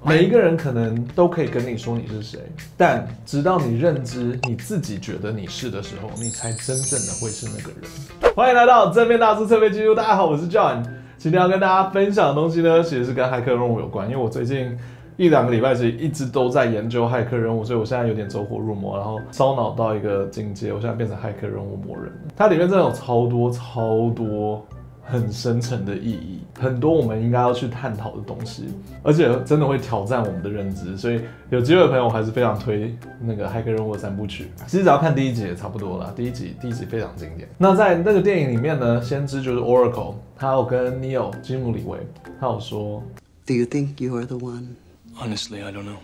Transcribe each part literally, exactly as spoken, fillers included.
每一个人可能都可以跟你说你是谁，但直到你认知你自己觉得你是的时候，你才真正的会是那个人。欢迎来到正面大叔侧面记录，大家好，我是 John。今天要跟大家分享的东西呢，其实是跟骇客任务有关，因为我最近一两个礼拜其实一直都在研究骇客任务，所以我现在有点走火入魔，然后烧脑到一个境界，我现在变成骇客任务魔人。它里面真的有超多超多很深层的意义，很多我们应该要去探讨的东西，而且真的会挑战我们的认知，所以有机会的朋友我还是非常推那个骇客任务的三部曲。其实只要看第一集也差不多啦，第一集第一集非常经典。那在那个电影里面呢，先知就是 Oracle， 他有跟 Neo 基努里维，他有说 Do you think you are the one? Honestly, I don't know.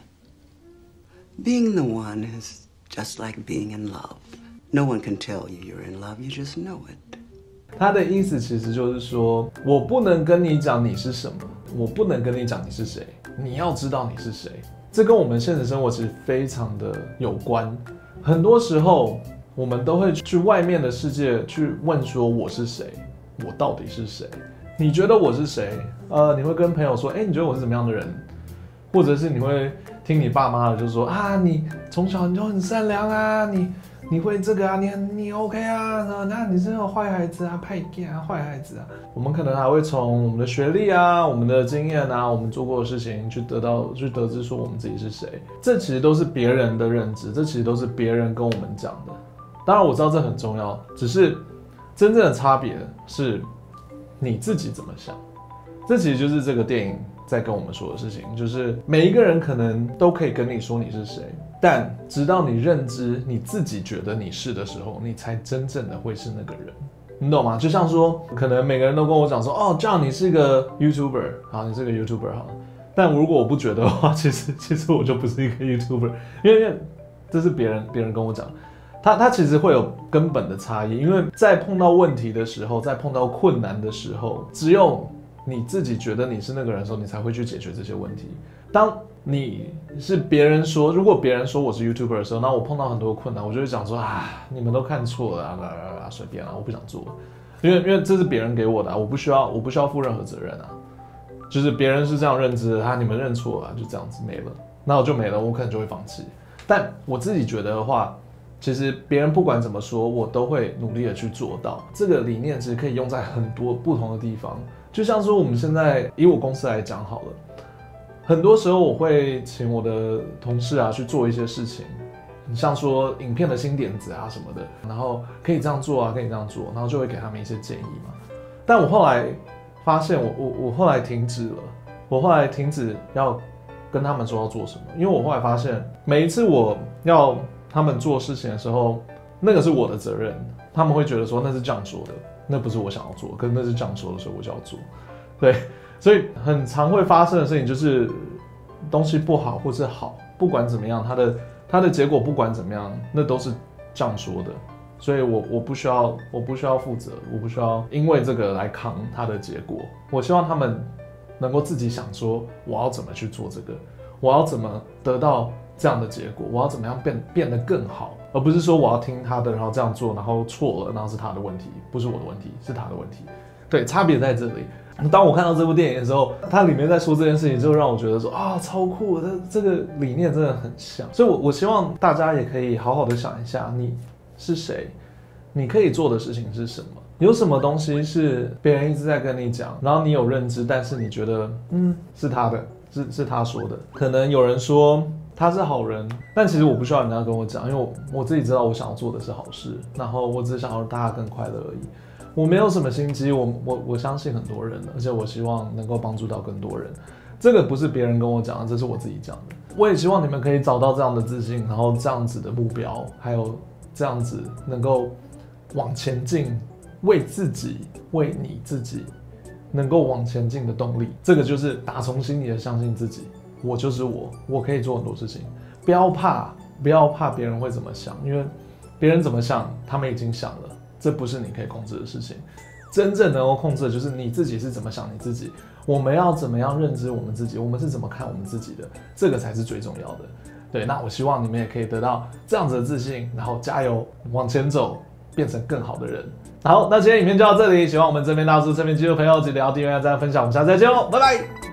Being the one is just like being in love. No one can tell you you're in love, you just know it. 他的意思其实就是说，我不能跟你讲你是什么，我不能跟你讲你是谁，你要知道你是谁。这跟我们现实生活其实非常的有关。很多时候，我们都会去外面的世界去问说我是谁，我到底是谁？你觉得我是谁？呃，你会跟朋友说，哎，你觉得我是怎么样的人？或者是你会听你爸妈的，就说啊，你从小你就很善良啊，你你会这个啊，你你 OK 啊，那你是个坏孩子啊，派给啊，坏孩子啊。我们可能还会从我们的学历啊、我们的经验啊、我们做过的事情去得到、去得知说我们自己是谁。这其实都是别人的认知，这其实都是别人跟我们讲的。当然我知道这很重要，只是真正的差别是你自己怎么想。这其实就是这个电影在跟我们说的事情，就是每一个人可能都可以跟你说你是谁，但直到你认知你自己觉得你是的时候，你才真正的会是那个人，你懂吗？就像说，可能每个人都跟我讲说，哦，这样你是一个 YouTuber， 好，你是个 YouTuber 好了，但如果我不觉得的话，其实其实我就不是一个 YouTuber， 因为因为这是别人别人跟我讲。它, 它其实会有根本的差异，因为在碰到问题的时候，在碰到困难的时候，只有你自己觉得你是那个人的时候，你才会去解决这些问题。当你是别人说，如果别人说我是 YouTuber 的时候，那我碰到很多困难，我就会讲说啊，你们都看错了啊，啦啦啦，随便啦，我不想做，因为因为这是别人给我的、啊，我不需要我不需要负任何责任啊，就是别人是这样认知的，啊，你们认错了、啊，就这样子没了，那我就没了，我可能就会放弃。但我自己觉得的话，其实别人不管怎么说，我都会努力的去做到。这个理念其实可以用在很多不同的地方，就像说我们现在以我公司来讲好了，很多时候我会请我的同事啊去做一些事情，像说影片的新点子啊什么的，然后可以这样做啊，可以这样做，然后就会给他们一些建议嘛。但我后来发现我，我我后来停止了，我后来停止要跟他们说要做什么，因为我后来发现，每一次我要他们做事情的时候，那个是我的责任。他们会觉得说那是这样说的，那不是我想要做，可是那是这样说的，所以我就要做。对，所以很常会发生的事情就是东西不好或是好，不管怎么样，它的它的结果不管怎么样，那都是这样说的。所以我我不需要我不需要负责，我不需要因为这个来扛它的结果。我希望他们能够自己想说我要怎么去做这个，我要怎么得到这样的结果，我要怎么样 变, 变得更好，而不是说我要听他的，然后这样做，然后错了，然后是他的问题，不是我的问题，是他的问题。对，差别在这里。当我看到这部电影的时候，它里面在说这件事情，就让我觉得说啊，超酷的，这个理念真的很像。所以我，我希望大家也可以好好的想一下，你是谁，你可以做的事情是什么，有什么东西是别人一直在跟你讲，然后你有认知，但是你觉得嗯是他的，是是他说的。可能有人说他是好人，但其实我不需要人家跟我讲，因为 我, 我自己知道我想要做的是好事，然后我只是想要让大家更快乐而已。我没有什么心机，我我我相信很多人，而且我希望能够帮助到更多人。这个不是别人跟我讲的，这是我自己讲的。我也希望你们可以找到这样的自信，然后这样子的目标，还有这样子能够往前进，为自己，为你自己能够往前进的动力。这个就是打从心里的相信自己。我就是我，我可以做很多事情，不要怕，不要怕别人会怎么想，因为别人怎么想，他们已经想了，这不是你可以控制的事情。真正能够控制的就是你自己是怎么想你自己，我们要怎么样认知我们自己，我们是怎么看我们自己的，这个才是最重要的。对，那我希望你们也可以得到这样子的自信，然后加油往前走，变成更好的人。好，那今天影片就到这里，喜欢我们这边大叔这边肌肉朋友，记得要订阅、按赞、分享，我们下次再见喽，拜拜。